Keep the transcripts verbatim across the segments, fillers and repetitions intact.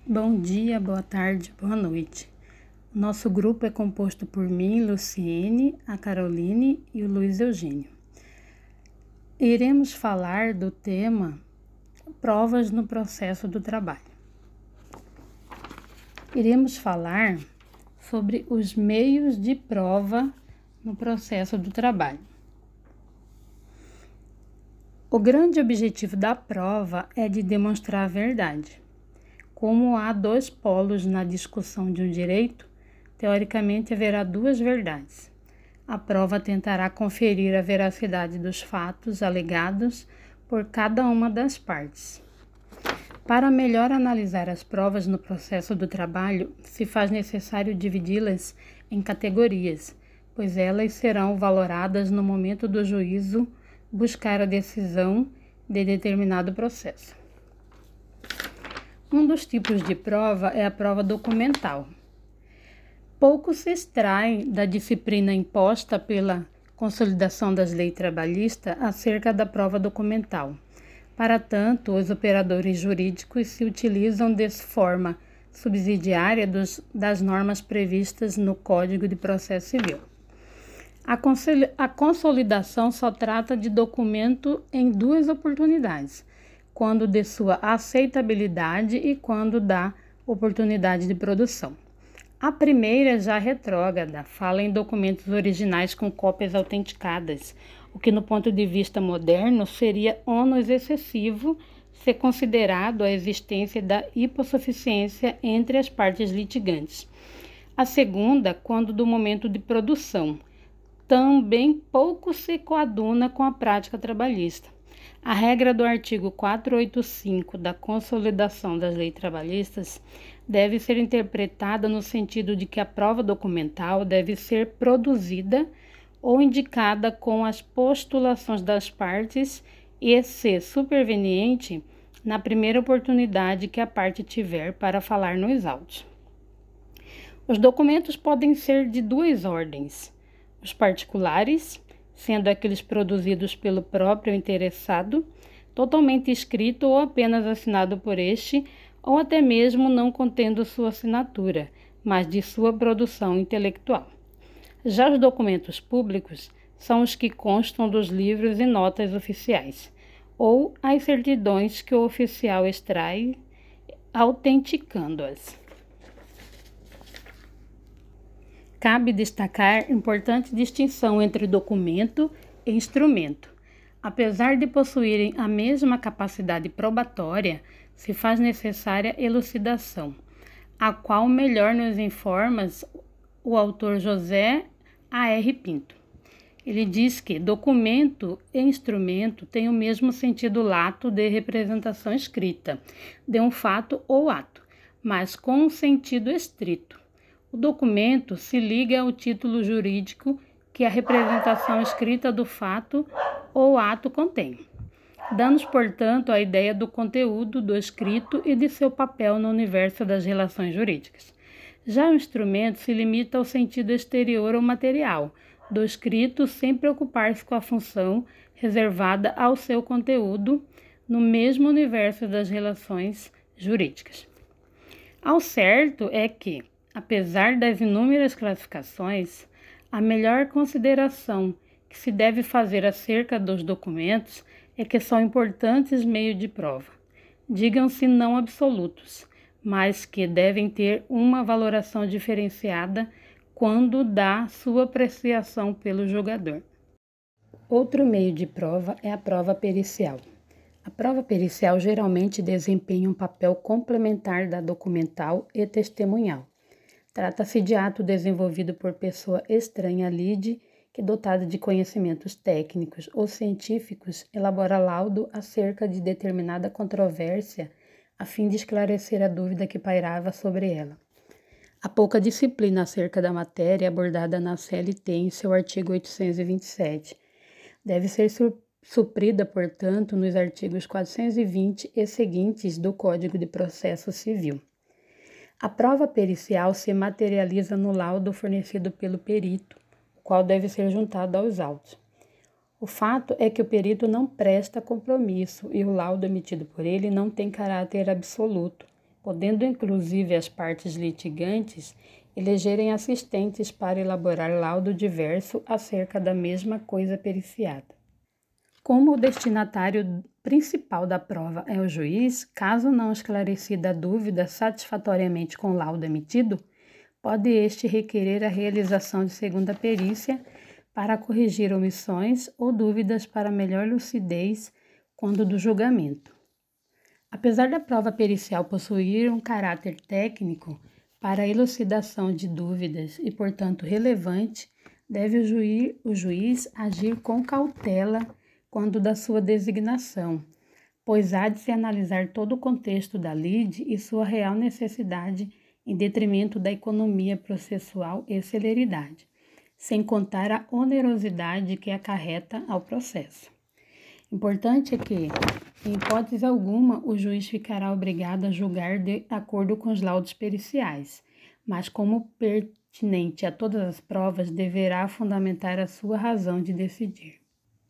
Bom dia, boa tarde, boa noite. Nosso grupo é composto por mim, Luciene, a Caroline e o Luiz Eugênio. Iremos falar do tema provas no processo do trabalho. Iremos falar sobre os meios de prova no processo do trabalho. O grande objetivo da prova é de demonstrar a verdade. Como há dois polos na discussão de um direito, teoricamente haverá duas verdades. A prova tentará conferir a veracidade dos fatos alegados por cada uma das partes. Para melhor analisar as provas no processo do trabalho, se faz necessário dividi-las em categorias, pois elas serão valoradas no momento do juízo buscar a decisão de determinado processo. Um dos tipos de prova é a prova documental. Pouco se extrai da disciplina imposta pela Consolidação das Leis Trabalhistas acerca da prova documental. Para tanto, os operadores jurídicos se utilizam de forma subsidiária dos, das normas previstas no Código de Processo Civil. A, a consolidação só trata de documento em duas oportunidades, quando de sua aceitabilidade e quando da oportunidade de produção. A primeira, já retrógrada, fala em documentos originais com cópias autenticadas, o que no ponto de vista moderno seria ônus excessivo se considerado a existência da hipossuficiência entre as partes litigantes. A segunda, quando do momento de produção, também pouco se coaduna com a prática trabalhista. A regra do artigo quatrocentos e oitenta e cinco da Consolidação das Leis Trabalhistas deve ser interpretada no sentido de que a prova documental deve ser produzida ou indicada com as postulações das partes e, se superveniente, na primeira oportunidade que a parte tiver para falar nos autos. Os documentos podem ser de duas ordens: os particulares, sendo aqueles produzidos pelo próprio interessado, totalmente escrito ou apenas assinado por este, ou até mesmo não contendo sua assinatura, mas de sua produção intelectual. Já os documentos públicos são os que constam dos livros e notas oficiais, ou as certidões que o oficial extrai, autenticando-as. Cabe destacar importante distinção entre documento e instrumento. Apesar de possuírem a mesma capacidade probatória, se faz necessária elucidação, a qual melhor nos informa o autor José A R Pinto. Ele diz que documento e instrumento têm o mesmo sentido lato de representação escrita de um fato ou ato, mas com um sentido estrito. O documento se liga ao título jurídico que a representação escrita do fato ou ato contém, dando-nos, portanto, a ideia do conteúdo do escrito e de seu papel no universo das relações jurídicas. Já o instrumento se limita ao sentido exterior ou material do escrito, sem preocupar-se com a função reservada ao seu conteúdo no mesmo universo das relações jurídicas. Ao certo é que, apesar das inúmeras classificações, a melhor consideração que se deve fazer acerca dos documentos é que são importantes meios de prova, digam-se não absolutos, mas que devem ter uma valoração diferenciada quando dá sua apreciação pelo julgador. Outro meio de prova é a prova pericial. A prova pericial geralmente desempenha um papel complementar da documental e testemunhal. Trata-se de ato desenvolvido por pessoa estranha à lide, que, dotada de conhecimentos técnicos ou científicos, elabora laudo acerca de determinada controvérsia a fim de esclarecer a dúvida que pairava sobre ela. Há pouca disciplina acerca da matéria abordada na C L T em seu artigo oitocentos e vinte e sete. Deve ser suprida, portanto, nos artigos quatrocentos e vinte e seguintes do Código de Processo Civil. A prova pericial se materializa no laudo fornecido pelo perito, o qual deve ser juntado aos autos. O fato é que o perito não presta compromisso e o laudo emitido por ele não tem caráter absoluto, podendo inclusive as partes litigantes elegerem assistentes para elaborar laudo diverso acerca da mesma coisa periciada. Como o destinatário principal da prova é o juiz, caso não esclarecida a dúvida satisfatoriamente com o laudo emitido, pode este requerer a realização de segunda perícia para corrigir omissões ou dúvidas para melhor lucidez quando do julgamento. Apesar da prova pericial possuir um caráter técnico para a elucidação de dúvidas e, portanto, relevante, deve o juiz, o juiz agir com cautela quando da sua designação, pois há de se analisar todo o contexto da lide e sua real necessidade em detrimento da economia processual e celeridade, sem contar a onerosidade que acarreta ao processo. Importante é que, em hipótese alguma, o juiz ficará obrigado a julgar de acordo com os laudos periciais, mas como pertinente a todas as provas, deverá fundamentar a sua razão de decidir.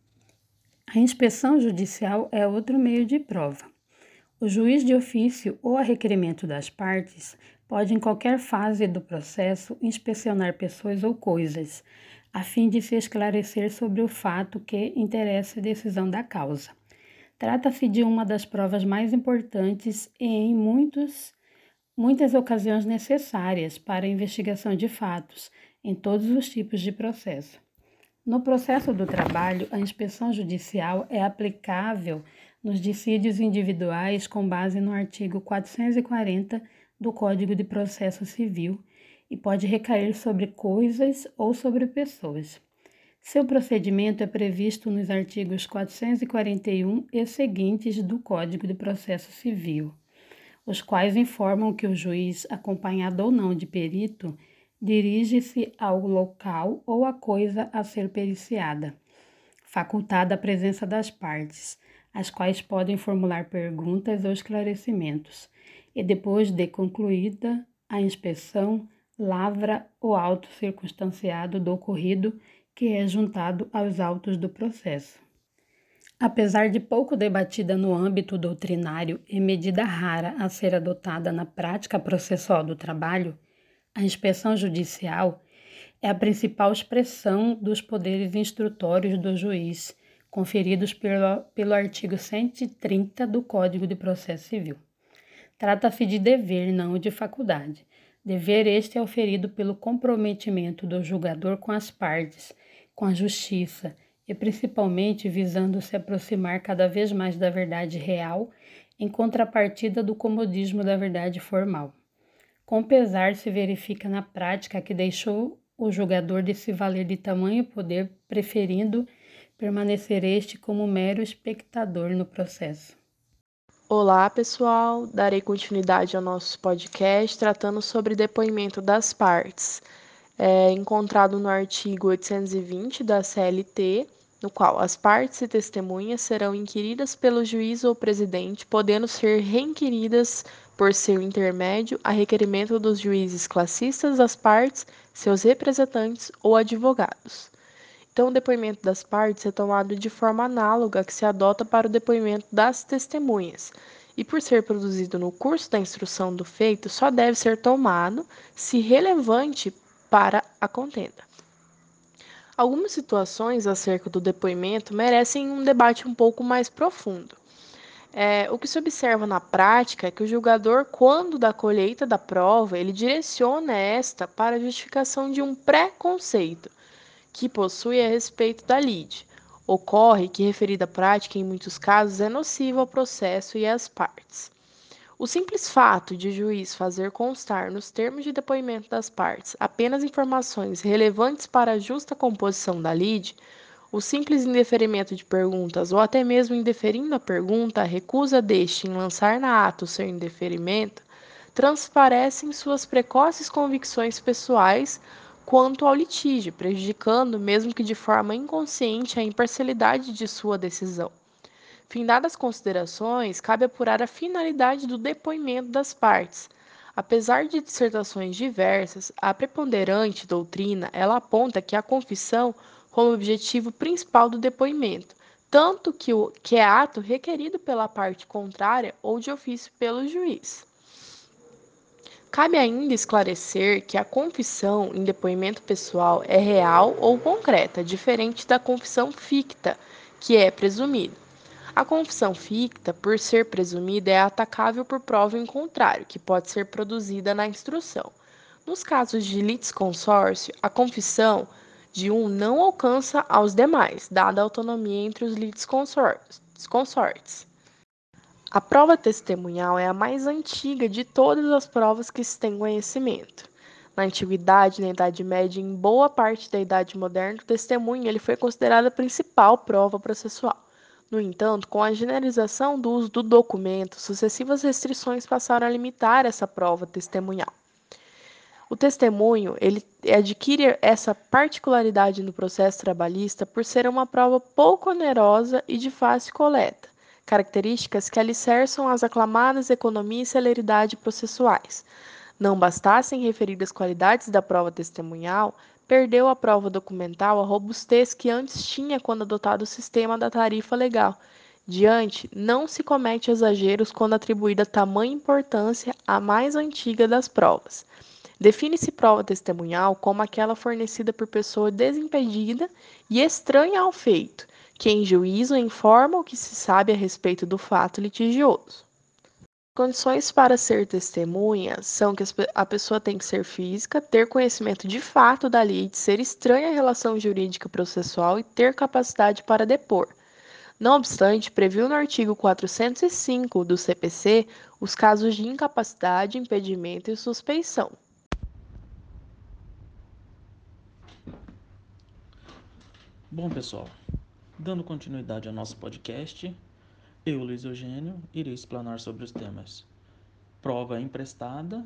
A inspeção judicial é outro meio de prova. O juiz de ofício ou a requerimento das partes pode, em qualquer fase do processo, inspecionar pessoas ou coisas, a fim de se esclarecer sobre o fato que interessa a decisão da causa. Trata-se de uma das provas mais importantes e, em muitos, muitas ocasiões, necessárias para a investigação de fatos, em todos os tipos de processo. No processo do trabalho, a inspeção judicial é aplicável nos dissídios individuais com base no artigo quatrocentos e quarenta do Código de Processo Civil e pode recair sobre coisas ou sobre pessoas. Seu procedimento é previsto nos artigos quatrocentos e quarenta e um e seguintes do Código de Processo Civil, os quais informam que o juiz, acompanhado ou não de perito, dirige-se ao local ou à coisa a ser periciada, facultada a presença das partes, as quais podem formular perguntas ou esclarecimentos, e depois de concluída a inspeção, lavra o auto circunstanciado do ocorrido, que é juntado aos autos do processo. Apesar de pouco debatida no âmbito doutrinário e medida rara a ser adotada na prática processual do trabalho, a inspeção judicial é a principal expressão dos poderes instrutórios do juiz, conferidos pelo, pelo artigo cento e trinta do Código de Processo Civil. Trata-se de dever, não de faculdade. Dever este é oferido pelo comprometimento do julgador com as partes, com a justiça, e principalmente visando se aproximar cada vez mais da verdade real, em contrapartida do comodismo da verdade formal. Com pesar, se verifica na prática que deixou o julgador de se valer de tamanho poder, preferindo permanecer este como mero espectador no processo. Olá, pessoal! Darei continuidade ao nosso podcast tratando sobre depoimento das partes, é, encontrado no artigo oitocentos e vinte da C L T, no qual as partes e testemunhas serão inquiridas pelo juiz ou presidente, podendo ser reinquiridas por seu intermédio a requerimento dos juízes classistas das partes, seus representantes ou advogados. Então, o depoimento das partes é tomado de forma análoga que se adota para o depoimento das testemunhas, e por ser produzido no curso da instrução do feito, só deve ser tomado se relevante para a contenda. Algumas situações acerca do depoimento merecem um debate um pouco mais profundo. É, o que se observa na prática é que o julgador, quando da colheita da prova, ele direciona esta para a justificação de um pré-conceito que possui a respeito da lide. Ocorre que referida prática, em muitos casos, é nociva ao processo e às partes. O simples fato de o juiz fazer constar nos termos de depoimento das partes apenas informações relevantes para a justa composição da lide, o simples indeferimento de perguntas ou até mesmo indeferindo a pergunta, a recusa deste em lançar na ata o seu indeferimento, transparecem suas precoces convicções pessoais quanto ao litígio, prejudicando, mesmo que de forma inconsciente, a imparcialidade de sua decisão. Findadas as considerações, cabe apurar a finalidade do depoimento das partes. Apesar de dissertações diversas, a preponderante doutrina ela aponta que a confissão como objetivo principal do depoimento, tanto que, o, que é ato requerido pela parte contrária ou de ofício pelo juiz. Cabe ainda esclarecer que a confissão em depoimento pessoal é real ou concreta, diferente da confissão ficta, que é presumida. A confissão ficta, por ser presumida, é atacável por prova em contrário, que pode ser produzida na instrução. Nos casos de litisconsórcio, a confissão de um não alcança aos demais, dada a autonomia entre os litisconsortes. A prova testemunhal é a mais antiga de todas as provas que se tem conhecimento. Na antiguidade, na Idade Média e em boa parte da Idade Moderna, o testemunho ele foi considerado a principal prova processual. No entanto, com a generalização do uso do documento, sucessivas restrições passaram a limitar essa prova testemunhal. O testemunho ele adquire essa particularidade no processo trabalhista por ser uma prova pouco onerosa e de fácil coleta, características que alicerçam as aclamadas economia e celeridade processuais. Não bastassem referidas qualidades da prova testemunhal, perdeu a prova documental a robustez que antes tinha quando adotado o sistema da tarifa legal. Diante, não se comete exageros quando atribuída tamanha importância à mais antiga das provas. Define-se prova testemunhal como aquela fornecida por pessoa desimpedida e estranha ao feito, que em juízo informa o que se sabe a respeito do fato litigioso. Condições para ser testemunha são que a pessoa tem que ser física, ter conhecimento de fato da lei, de ser estranha à relação jurídica processual e ter capacidade para depor. Não obstante, previu no artigo quatrocentos e cinco do C P C os casos de incapacidade, impedimento e suspeição. Bom, pessoal, dando continuidade ao nosso podcast, eu, Luiz Eugênio, irei explanar sobre os temas prova emprestada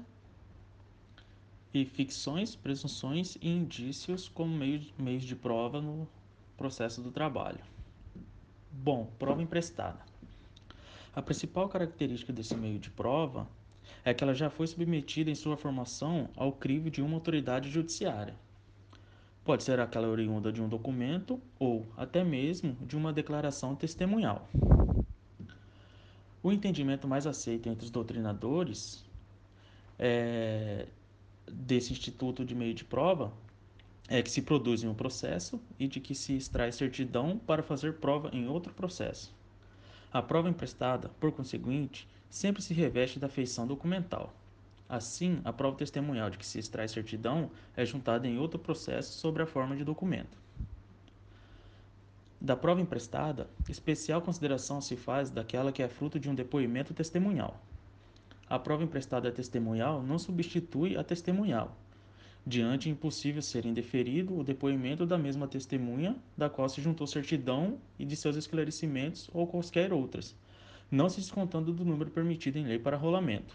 e ficções, presunções e indícios como meio, meios de prova no processo do trabalho. Bom, prova emprestada. A principal característica desse meio de prova é que ela já foi submetida em sua formação ao crivo de uma autoridade judiciária. Pode ser aquela oriunda de um documento ou até mesmo de uma declaração testemunhal. O entendimento mais aceito entre os doutrinadores é, desse instituto de meio de prova é que se produz em um processo e de que se extrai certidão para fazer prova em outro processo. A prova emprestada, por conseguinte, sempre se reveste da feição documental. Assim, a prova testemunhal de que se extrai certidão é juntada em outro processo sob a forma de documento. Da prova emprestada, especial consideração se faz daquela que é fruto de um depoimento testemunhal. A prova emprestada testemunhal não substitui a testemunhal. Diante impossível ser indeferido o depoimento da mesma testemunha, da qual se juntou certidão e de seus esclarecimentos ou quaisquer outras, não se descontando do número permitido em lei para rolamento.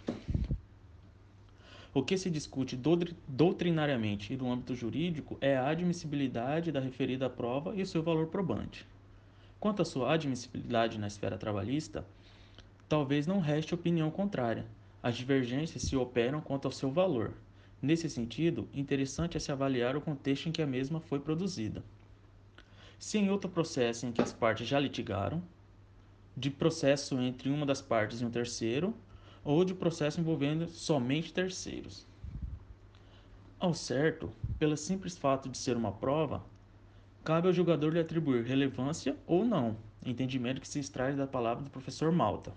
O que se discute doutrinariamente e no âmbito jurídico é a admissibilidade da referida prova e o seu valor probante. Quanto à sua admissibilidade na esfera trabalhista, talvez não reste opinião contrária. As divergências se operam quanto ao seu valor. Nesse sentido, interessante é se avaliar o contexto em que a mesma foi produzida. Se em outro processo em que as partes já litigaram, de processo entre uma das partes e um terceiro, ou de processo envolvendo somente terceiros. Ao certo, pelo simples fato de ser uma prova, cabe ao julgador lhe atribuir relevância ou não, entendimento que se extrai da palavra do professor Malta.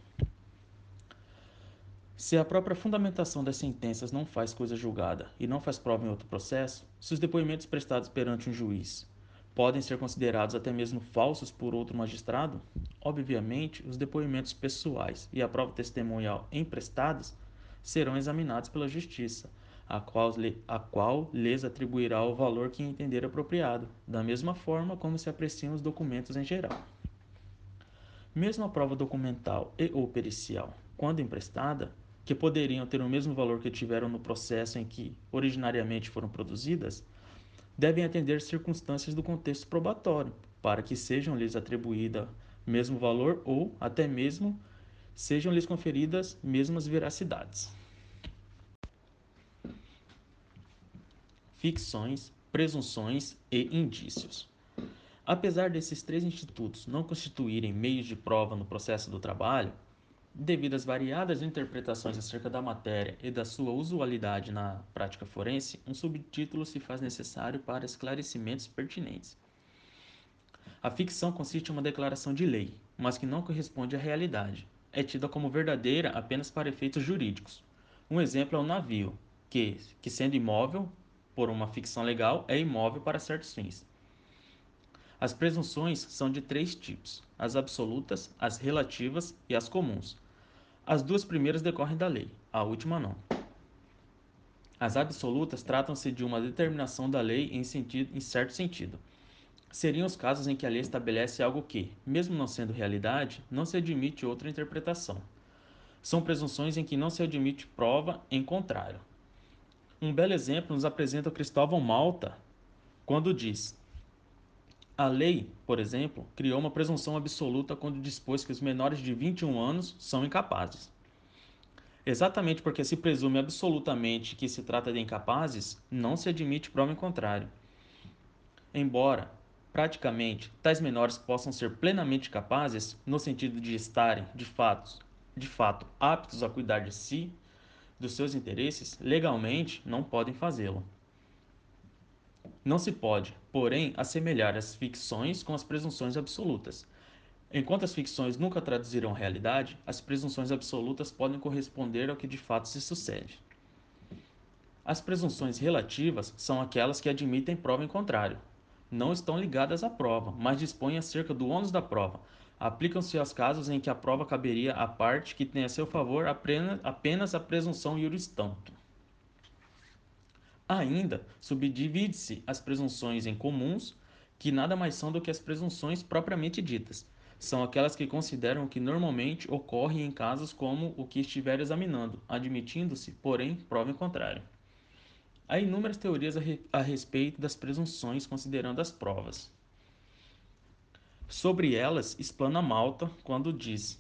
Se a própria fundamentação das sentenças não faz coisa julgada e não faz prova em outro processo, se os depoimentos prestados perante um juiz podem ser considerados até mesmo falsos por outro magistrado, obviamente os depoimentos pessoais e a prova testemunhal emprestados serão examinados pela justiça, a qual, a qual lhes atribuirá o valor que entender apropriado, da mesma forma como se apreciam os documentos em geral. Mesmo a prova documental e ou pericial, quando emprestada, que poderiam ter o mesmo valor que tiveram no processo em que originariamente foram produzidas, devem atender circunstâncias do contexto probatório, para que sejam-lhes atribuída mesmo valor ou, até mesmo, sejam-lhes conferidas mesmas veracidades. Ficções, presunções e indícios. Apesar desses três institutos não constituírem meios de prova no processo do trabalho, Devido às variadas interpretações acerca da matéria e da sua usualidade na prática forense, um subtítulo se faz necessário para esclarecimentos pertinentes. A ficção consiste em uma declaração de lei, mas que não corresponde à realidade. É tida como verdadeira apenas para efeitos jurídicos. Um exemplo é o navio, que, que sendo imóvel por uma ficção legal, é imóvel para certos fins. As presunções são de três tipos: as absolutas, as relativas e as comuns. As duas primeiras decorrem da lei, a última não. As absolutas tratam-se de uma determinação da lei em, sentido, em certo sentido. Seriam os casos em que a lei estabelece algo que, mesmo não sendo realidade, não se admite outra interpretação. São presunções em que não se admite prova em contrário. Um belo exemplo nos apresenta Cristóvão Malta, quando diz: a lei, por exemplo, criou uma presunção absoluta quando dispôs que os menores de vinte e um anos são incapazes. Exatamente porque se presume absolutamente que se trata de incapazes, não se admite prova em contrário. Embora, praticamente, tais menores possam ser plenamente capazes, no sentido de estarem, de fato, de fato aptos a cuidar de si, dos seus interesses, legalmente não podem fazê-lo. Não se pode, porém, assemelhar as ficções com as presunções absolutas. Enquanto as ficções nunca traduzirão realidade, as presunções absolutas podem corresponder ao que de fato se sucede. As presunções relativas são aquelas que admitem prova em contrário. Não estão ligadas à prova, mas dispõem acerca do ônus da prova. Aplicam-se aos casos em que a prova caberia à parte que tem a seu favor apenas a presunção iuris tanto. Ainda, subdivide-se as presunções em comuns, que nada mais são do que as presunções propriamente ditas. São aquelas que consideram o que normalmente ocorre em casos como o que estiver examinando, admitindo-se, porém, prova em contrário. Há inúmeras teorias a, re a respeito das presunções considerando as provas. Sobre elas, explana Malta quando diz: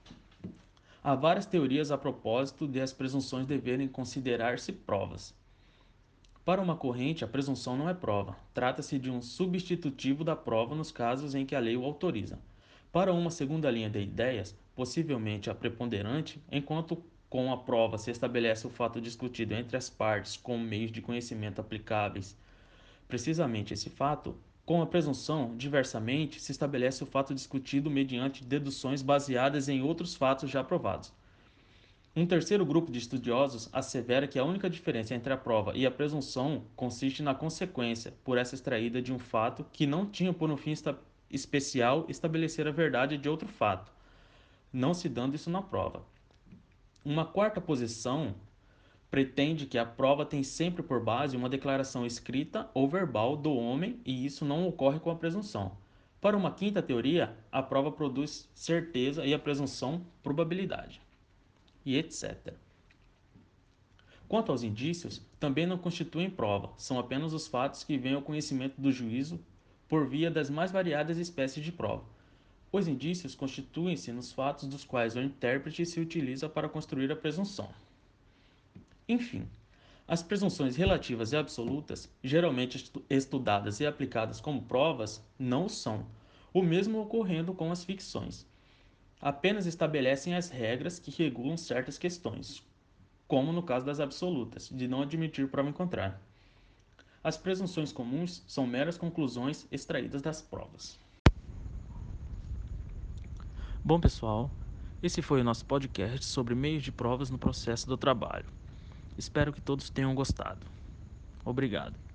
há várias teorias a propósito de as presunções deverem considerar-se provas. Para uma corrente, a presunção não é prova. Trata-se de um substitutivo da prova nos casos em que a lei o autoriza. Para uma segunda linha de ideias, possivelmente a preponderante, enquanto com a prova se estabelece o fato discutido entre as partes com meios de conhecimento aplicáveis precisamente esse fato, com a presunção, diversamente, se estabelece o fato discutido mediante deduções baseadas em outros fatos já provados. Um terceiro grupo de estudiosos assevera que a única diferença entre a prova e a presunção consiste na consequência, por essa extraída de um fato que não tinha por um fim esta- especial estabelecer a verdade de outro fato, não se dando isso na prova. Uma quarta posição pretende que a prova tem sempre por base uma declaração escrita ou verbal do homem e isso não ocorre com a presunção. Para uma quinta teoria, a prova produz certeza e a presunção probabilidade, e etcétera. Quanto aos indícios, também não constituem prova, são apenas os fatos que vêm ao conhecimento do juízo por via das mais variadas espécies de prova. Os indícios constituem-se nos fatos dos quais o intérprete se utiliza para construir a presunção. Enfim, as presunções relativas e absolutas, geralmente estu- estudadas e aplicadas como provas, não o são, o mesmo ocorrendo com as ficções. Apenas estabelecem as regras que regulam certas questões, como no caso das absolutas, de não admitir prova em contrário. As presunções comuns são meras conclusões extraídas das provas. Bom, pessoal, esse foi o nosso podcast sobre meios de provas no processo do trabalho. Espero que todos tenham gostado. Obrigado.